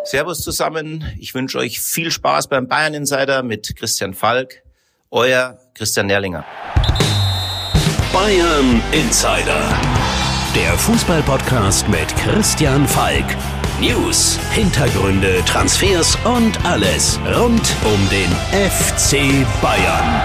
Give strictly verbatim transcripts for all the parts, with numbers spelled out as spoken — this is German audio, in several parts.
Servus zusammen, ich wünsche euch viel Spaß beim Bayern Insider mit Christian Falk, euer Christian Nerlinger. Bayern Insider, der Fußball-Podcast mit Christian Falk. News, Hintergründe, Transfers und alles rund um den F C Bayern.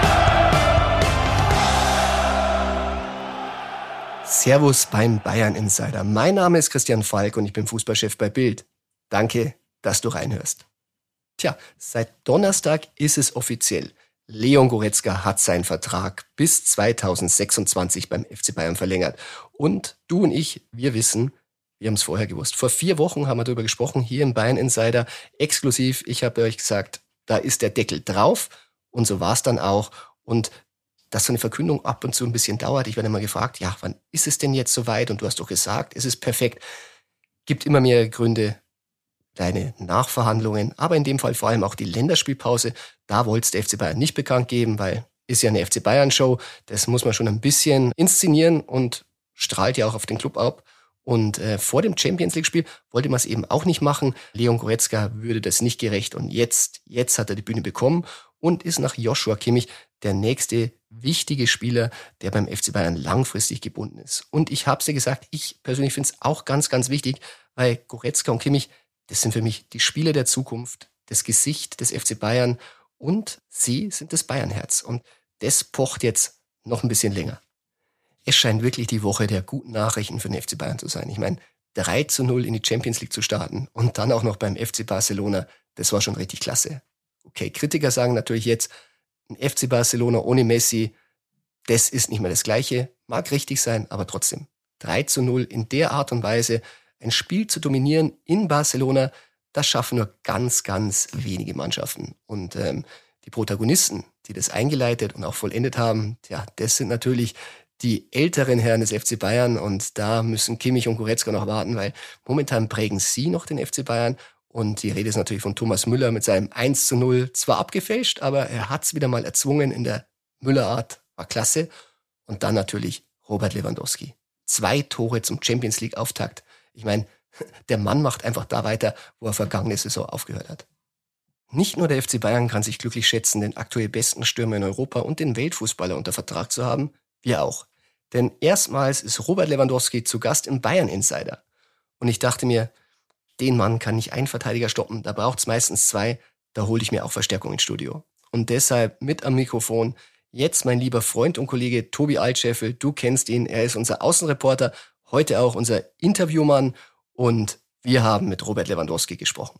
Servus beim Bayern Insider. Mein Name ist Christian Falk und ich bin Fußballchef bei Bild. Danke, dass du reinhörst. Tja, seit Donnerstag ist es offiziell. Leon Goretzka hat seinen Vertrag bis zweitausendsechsundzwanzig beim F C Bayern verlängert. Und du und ich, wir wissen, wir haben es vorher gewusst. Vor vier Wochen haben wir darüber gesprochen, hier im Bayern Insider, exklusiv. Ich habe euch gesagt, da ist der Deckel drauf. Und so war es dann auch. Und dass so eine Verkündung ab und zu ein bisschen dauert. Ich werde immer gefragt, ja, wann ist es denn jetzt soweit? Und du hast doch gesagt, es ist perfekt. Gibt immer mehr Gründe, kleine Nachverhandlungen, aber in dem Fall vor allem auch die Länderspielpause. Da wollte es der F C Bayern nicht bekannt geben, weil ist ja eine F C Bayern-Show. Das muss man schon ein bisschen inszenieren und strahlt ja auch auf den Club ab. Und äh, vor dem Champions-League-Spiel wollte man es eben auch nicht machen. Leon Goretzka würde das nicht gerecht. Und jetzt, jetzt hat er die Bühne bekommen und ist nach Joshua Kimmich der nächste wichtige Spieler, der beim F C Bayern langfristig gebunden ist. Und ich habe es dir gesagt, ich persönlich finde es auch ganz, ganz wichtig, weil Goretzka und Kimmich, das sind für mich die Spieler der Zukunft, das Gesicht des F C Bayern und sie sind das Bayernherz. Und das pocht jetzt noch ein bisschen länger. Es scheint wirklich die Woche der guten Nachrichten für den F C Bayern zu sein. Ich meine, drei zu null in die Champions League zu starten und dann auch noch beim F C Barcelona, das war schon richtig klasse. Okay, Kritiker sagen natürlich jetzt, ein F C Barcelona ohne Messi, das ist nicht mehr das Gleiche. Mag richtig sein, aber trotzdem. drei zu null in der Art und Weise, ein Spiel zu dominieren in Barcelona, das schaffen nur ganz, ganz wenige Mannschaften. Und ähm, die Protagonisten, die das eingeleitet und auch vollendet haben, ja, das sind natürlich die älteren Herren des F C Bayern. Und da müssen Kimmich und Goretzka noch warten, weil momentan prägen sie noch den F C Bayern. Und die Rede ist natürlich von Thomas Müller mit seinem eins zu null, zwar abgefälscht, aber er hat es wieder mal erzwungen in der Müller-Art, war klasse. Und dann natürlich Robert Lewandowski. Zwei Tore zum Champions-League-Auftakt. Ich meine, der Mann macht einfach da weiter, wo er vergangene Saison aufgehört hat. Nicht nur der F C Bayern kann sich glücklich schätzen, den aktuell besten Stürmer in Europa und den Weltfußballer unter Vertrag zu haben, wir auch. Denn erstmals ist Robert Lewandowski zu Gast im Bayern Insider. Und ich dachte mir, den Mann kann nicht ein Verteidiger stoppen, da braucht es meistens zwei, da hole ich mir auch Verstärkung ins Studio. Und deshalb mit am Mikrofon jetzt mein lieber Freund und Kollege Tobi Altscheffel, du kennst ihn, er ist unser Außenreporter, heute auch unser Interviewmann und wir haben mit Robert Lewandowski gesprochen.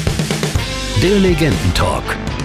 Der Legendentalk.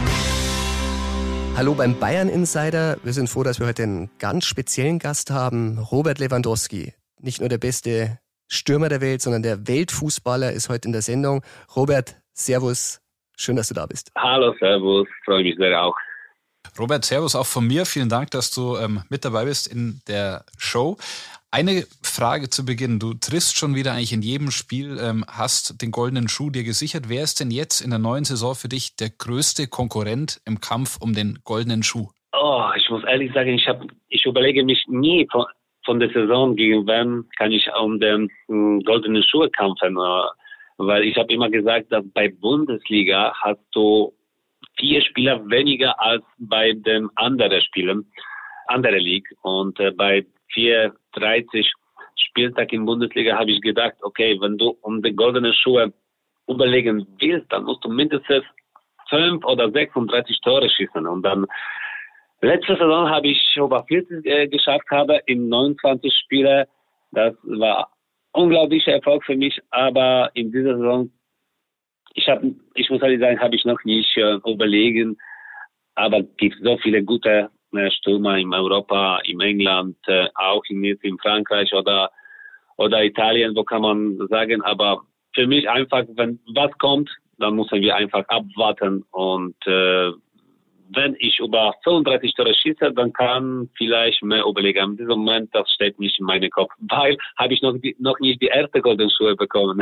Hallo beim Bayern Insider, wir sind froh, dass wir heute einen ganz speziellen Gast haben, Robert Lewandowski. Nicht nur der beste Stürmer der Welt, sondern der Weltfußballer ist heute in der Sendung. Robert, servus, schön, dass du da bist. Hallo, servus, freue mich sehr auch. Robert, servus auch von mir. Vielen Dank, dass du ähm, mit dabei bist in der Show. Eine Frage zu Beginn. Du triffst schon wieder eigentlich in jedem Spiel, ähm, hast den goldenen Schuh dir gesichert. Wer ist denn jetzt in der neuen Saison für dich der größte Konkurrent im Kampf um den goldenen Schuh? Oh, ich muss ehrlich sagen, ich, hab, ich überlege mich nie von, von der Saison, gegen wen kann ich um den um, goldenen Schuh kämpfen. Weil ich habe immer gesagt, dass bei Bundesliga hast du vier Spieler weniger als bei den anderen Spielen, andere League. Und äh, bei vierunddreißig Spieltag in Bundesliga habe ich gedacht, okay, wenn du um die goldenen Schuhe überlegen willst, dann musst du mindestens fünf oder sechsunddreißig Tore schießen. Und dann letzte Saison habe ich über vierzig äh, geschafft, habe in neunundzwanzig Spiele. Das war unglaublicher Erfolg für mich, aber in dieser Saison Ich, hab, ich muss ehrlich sagen, habe ich noch nicht äh, überlegen, aber es gibt so viele gute äh, Stürmer in Europa, in England, äh, auch in, in Frankreich oder, oder Italien, wo kann man sagen, aber für mich einfach, wenn was kommt, dann müssen wir einfach abwarten und äh, wenn ich über fünfunddreißig Tore schieße, dann kann vielleicht mehr überlegen. In diesem Moment, das steht nicht in meinem Kopf, weil habe ich noch, die, noch nicht die erste Golden Schuhe bekommen.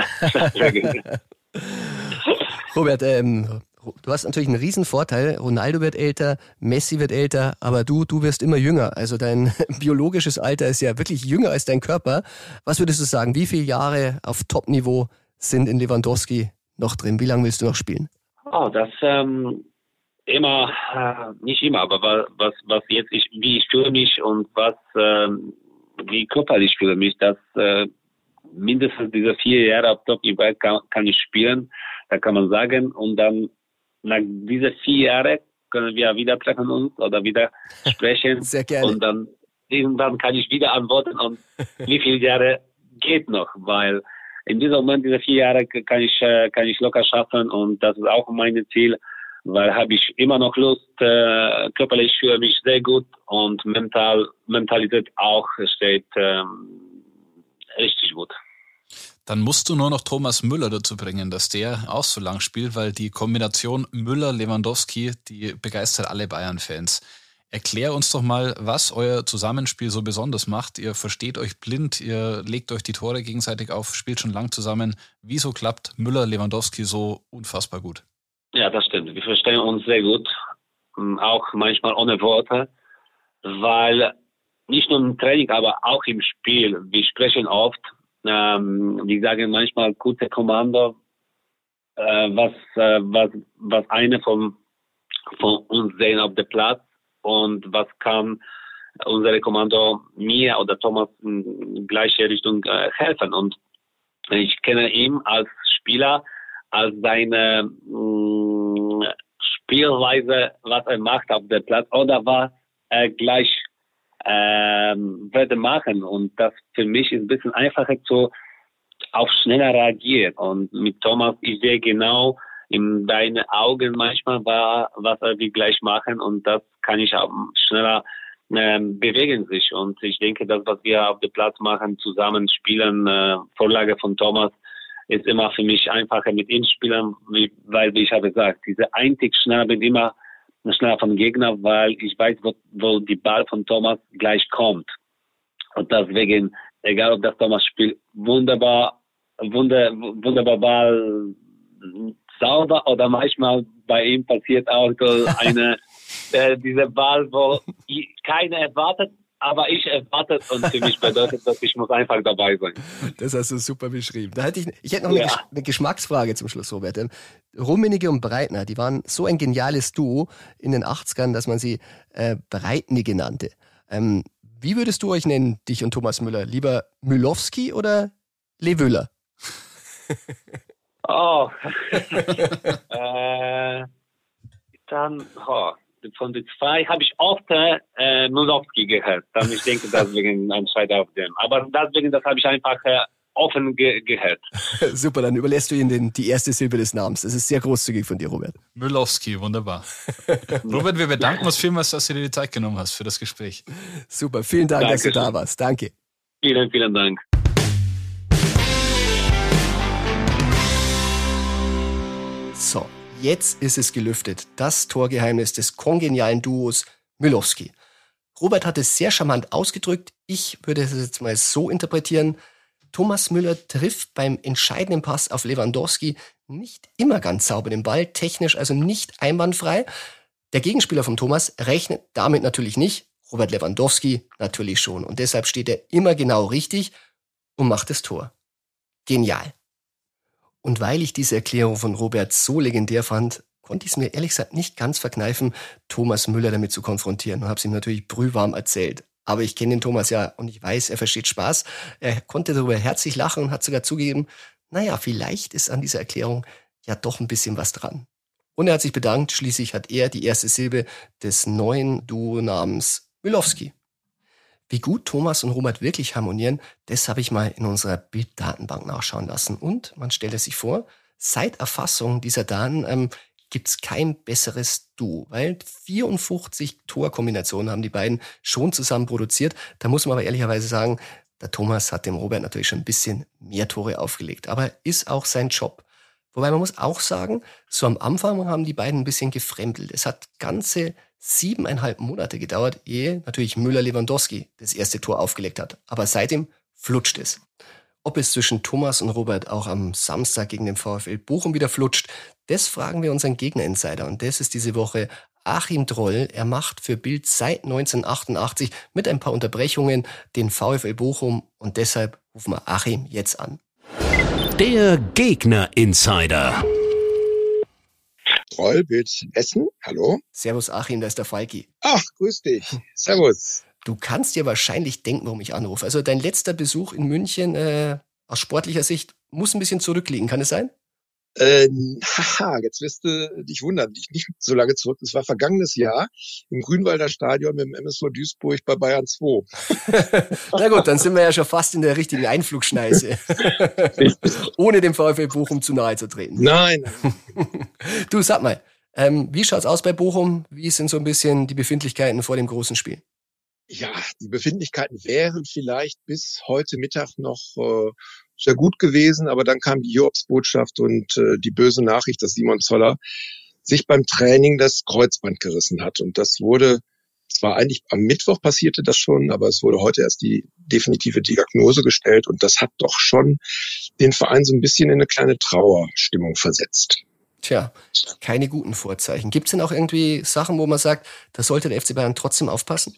Robert, ähm, du hast natürlich einen riesen Vorteil. Ronaldo wird älter, Messi wird älter, aber du, du wirst immer jünger. Also dein biologisches Alter ist ja wirklich jünger als dein Körper. Was würdest du sagen, wie viele Jahre auf Top-Niveau sind in Lewandowski noch drin? Wie lange willst du noch spielen? Oh, das ähm, immer, äh, nicht immer, aber was, was jetzt ich, wie ich fühle mich und was, ähm, wie körperlich fühle mich, dass äh, mindestens diese vier Jahre auf Top-Niveau kann, kann ich spielen, da kann man sagen. Und dann nach diesen vier Jahren können wir wieder treffen uns oder wieder sprechen. Sehr gerne. Und dann irgendwann kann ich wieder antworten und wie viele Jahre geht noch, weil in diesem Moment, diese vier Jahre kann ich, kann ich locker schaffen und das ist auch mein Ziel, weil habe ich immer noch Lust, äh, körperlich fühle mich sehr gut und mental, Mentalität auch steht ähm, richtig gut. Dann musst du nur noch Thomas Müller dazu bringen, dass der auch so lang spielt, weil die Kombination Müller-Lewandowski, die begeistert alle Bayern-Fans. Erklär uns doch mal, was euer Zusammenspiel so besonders macht. Ihr versteht euch blind, ihr legt euch die Tore gegenseitig auf, spielt schon lang zusammen. Wieso klappt Müller-Lewandowski so unfassbar gut? Ja, das stimmt. Wir verstehen uns sehr gut, auch manchmal ohne Worte, weil nicht nur im Training, aber auch im Spiel. Wir sprechen oft, ähm, wir sagen manchmal kurze Kommando, äh, was, äh, was, was eine von, von uns sehen auf dem Platz. Und was kann unsere Kommando mir oder Thomas in gleiche Richtung äh, helfen. Und ich kenne ihn als Spieler, als seine mh, Spielweise, was er macht auf dem Platz oder was er gleich äh, würde machen. Und das für mich ist ein bisschen einfacher zu auf schneller reagieren. Und mit Thomas, ich sehe genau in deinen Augen manchmal, war, was er wie gleich machen und das kann ich auch schneller äh, bewegen sich. Und ich denke, das, was wir auf dem Platz machen, zusammen spielen, äh, Vorlage von Thomas, ist immer für mich einfacher mit ihm spielen, wie, weil, wie ich habe gesagt, diese Einstieg schneller bin immer schneller vom Gegner, weil ich weiß, wo, wo die Ball von Thomas gleich kommt. Und deswegen, egal ob das Thomas spielt, wunderbar, wunder, wunderbar Ball, sauber oder manchmal bei ihm passiert auch so eine, äh, dieser Ball, wo keiner erwartet, aber ich erwartet und für mich bedeutet das, ich muss einfach dabei sein. Das hast du super beschrieben. Da hätte ich, ich hätte noch eine, ja. Gesch- eine Geschmacksfrage zum Schluss, Robert. Rummenigge und Breitner, die waren so ein geniales Duo in den achtzigern, dass man sie äh, Breitnigge nannte. Ähm, wie würdest du euch nennen, dich und Thomas Müller? Lieber Mülowski oder Lewöller? Oh, äh, dann, oh, von den zwei habe ich oft äh, Mülowski gehört. Dann ich denke, deswegen entscheide auf dem. Aber deswegen, das habe ich einfach äh, offen ge- gehört. Super, dann überlässt du ihm den, die erste Silbe des Namens. Das ist sehr großzügig von dir, Robert. Mülowski, wunderbar. Robert, wir bedanken uns vielmals, dass du dir die Zeit genommen hast für das Gespräch. Super, vielen Dank, Dankeschön, dass du da warst. Danke. Vielen, vielen Dank. So, jetzt ist es gelüftet. Das Torgeheimnis des kongenialen Duos Mülowski. Robert hat es sehr charmant ausgedrückt. Ich würde es jetzt mal so interpretieren. Thomas Müller trifft beim entscheidenden Pass auf Lewandowski nicht immer ganz sauber den Ball, technisch also nicht einwandfrei. Der Gegenspieler von Thomas rechnet damit natürlich nicht. Robert Lewandowski natürlich schon. Und deshalb steht er immer genau richtig und macht das Tor. Genial. Und weil ich diese Erklärung von Robert so legendär fand, konnte ich es mir ehrlich gesagt nicht ganz verkneifen, Thomas Müller damit zu konfrontieren und habe es ihm natürlich brühwarm erzählt. Aber ich kenne den Thomas ja und ich weiß, er versteht Spaß. Er konnte darüber herzlich lachen und hat sogar zugegeben, naja, vielleicht ist an dieser Erklärung ja doch ein bisschen was dran. Und er hat sich bedankt, schließlich hat er die erste Silbe des neuen Duo-Namens Mülowski. Wie gut Thomas und Robert wirklich harmonieren, das habe ich mal in unserer Bilddatenbank nachschauen lassen. Und man stelle sich vor, seit Erfassung dieser Daten ähm, gibt es kein besseres Duo, weil vierundfünfzig Torkombinationen haben die beiden schon zusammen produziert. Da muss man aber ehrlicherweise sagen, der Thomas hat dem Robert natürlich schon ein bisschen mehr Tore aufgelegt, aber ist auch sein Job. Wobei man muss auch sagen, so am Anfang haben die beiden ein bisschen gefremdelt. Es hat ganze siebeneinhalb Monate gedauert, ehe natürlich Müller-Lewandowski das erste Tor aufgelegt hat. Aber seitdem flutscht es. Ob es zwischen Thomas und Robert auch am Samstag gegen den VfL Bochum wieder flutscht, das fragen wir unseren Gegner-Insider. Und das ist diese Woche Achim Droll. Er macht für Bild seit neunzehnhundertachtundachtzig mit ein paar Unterbrechungen den VfL Bochum. Und deshalb rufen wir Achim jetzt an. Der Gegner-Insider. Rollbild Essen, hallo. Servus Achim, da ist der Falki. Ach, grüß dich. Servus. Du kannst dir wahrscheinlich denken, warum ich anrufe. Also dein letzter Besuch in München äh, aus sportlicher Sicht muss ein bisschen zurückliegen, kann es sein? Äh, haha, jetzt wirst du dich wundern, nicht, nicht so lange zurück. Es war vergangenes Jahr im Grünwalder Stadion mit dem M S V Duisburg bei Bayern zwei. Na gut, dann sind wir ja schon fast in der richtigen Einflugschneise. Ohne dem VfL Bochum zu nahe zu treten. Nein. Du, sag mal, ähm, wie schaut's aus bei Bochum? Wie sind so ein bisschen die Befindlichkeiten vor dem großen Spiel? Ja, die Befindlichkeiten wären vielleicht bis heute Mittag noch äh, sehr gut gewesen, aber dann kam die Hiobsbotschaft und äh, die böse Nachricht, dass Simon Zoller sich beim Training das Kreuzband gerissen hat. Und das wurde, zwar eigentlich am Mittwoch passierte das schon, aber es wurde heute erst die definitive Diagnose gestellt und das hat doch schon den Verein so ein bisschen in eine kleine Trauerstimmung versetzt. Tja, keine guten Vorzeichen. Gibt's denn auch irgendwie Sachen, wo man sagt, da sollte der F C Bayern trotzdem aufpassen?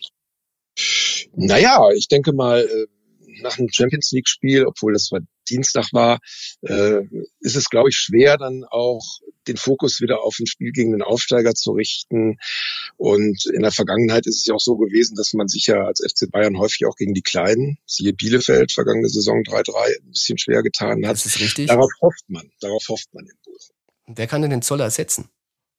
Naja, ich denke mal, nach einem Champions-League-Spiel, obwohl das zwar Dienstag war, äh, ist es, glaube ich, schwer, dann auch den Fokus wieder auf ein Spiel gegen den Aufsteiger zu richten. Und in der Vergangenheit ist es ja auch so gewesen, dass man sich ja als F C Bayern häufig auch gegen die Kleinen, siehe Bielefeld, vergangene Saison drei drei, ein bisschen schwer getan hat. Das ist richtig. Darauf hofft man, darauf hofft man in Bochum. Wer kann denn den Zoller ersetzen?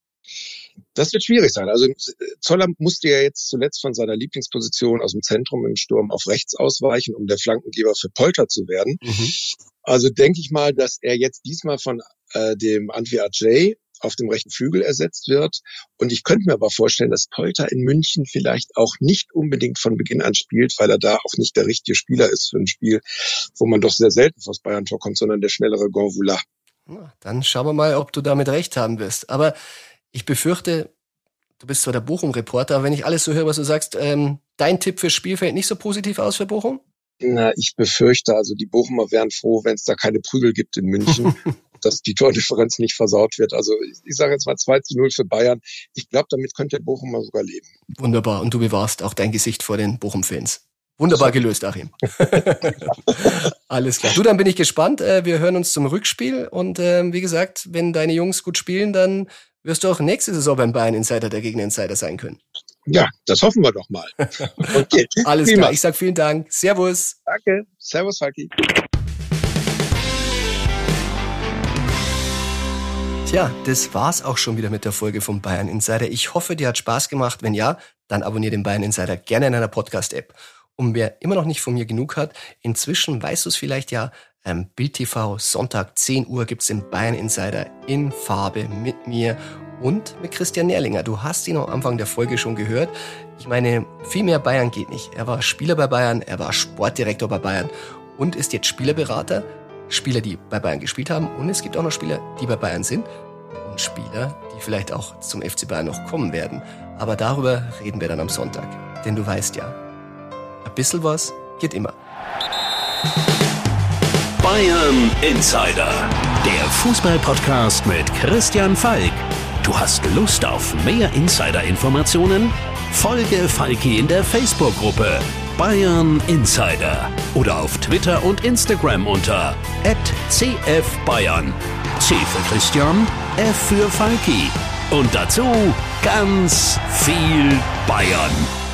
Das wird schwierig sein. Also Zoller musste ja jetzt zuletzt von seiner Lieblingsposition aus dem Zentrum im Sturm auf rechts ausweichen, um der Flankengeber für Polter zu werden. Mhm. Also denke ich mal, dass er jetzt diesmal von äh, dem Antwi Ajay auf dem rechten Flügel ersetzt wird. Und ich könnte mir aber vorstellen, dass Polter in München vielleicht auch nicht unbedingt von Beginn an spielt, weil er da auch nicht der richtige Spieler ist für ein Spiel, wo man doch sehr selten vors Bayern-Tor kommt, sondern der schnellere Gonvoula. Na, dann schauen wir mal, ob du damit recht haben wirst. Aber ich befürchte, du bist zwar der Bochum-Reporter, aber wenn ich alles so höre, was du sagst, ähm, dein Tipp fürs Spiel fällt nicht so positiv aus für Bochum? Na, ich befürchte, also die Bochumer wären froh, wenn es da keine Prügel gibt in München, dass die Tordifferenz nicht versaut wird. Also ich, ich sage jetzt mal zwei zu null für Bayern. Ich glaube, damit könnte der Bochumer sogar leben. Wunderbar. Und du bewahrst auch dein Gesicht vor den Bochum-Fans. Wunderbar gelöst, Achim. Alles klar. Du, dann bin ich gespannt. Wir hören uns zum Rückspiel. Und äh, wie gesagt, wenn deine Jungs gut spielen, dann wirst du auch nächste Saison beim Bayern Insider der Gegner Insider sein können. Ja, das hoffen wir doch mal. Okay. Alles klar. Ich sag vielen Dank. Servus. Danke. Servus, Falki. Tja, das war's auch schon wieder mit der Folge vom Bayern Insider. Ich hoffe, dir hat Spaß gemacht. Wenn ja, dann abonniere den Bayern Insider gerne in einer Podcast-App. Und wer immer noch nicht von mir genug hat, inzwischen weißt du es vielleicht ja, ähm, Bild T V, Sonntag zehn Uhr gibt's den Bayern Insider in Farbe mit mir und mit Christian Nährlinger. Du hast ihn am Anfang der Folge schon gehört. Ich meine, viel mehr Bayern geht nicht. Er war Spieler bei Bayern, er war Sportdirektor bei Bayern und ist jetzt Spielerberater. Spieler, die bei Bayern gespielt haben, und es gibt auch noch Spieler, die bei Bayern sind und Spieler, die vielleicht auch zum F C Bayern noch kommen werden. Aber darüber reden wir dann am Sonntag. Denn du weißt ja, ein bisschen was geht immer. Bayern Insider, der Fußball-Podcast mit Christian Falk. Du hast Lust auf mehr Insider-Informationen? Folge Falki in der Facebook-Gruppe Bayern Insider oder auf Twitter und Instagram unter at c f bayern. C für Christian, F für Falki. Und dazu ganz viel Bayern.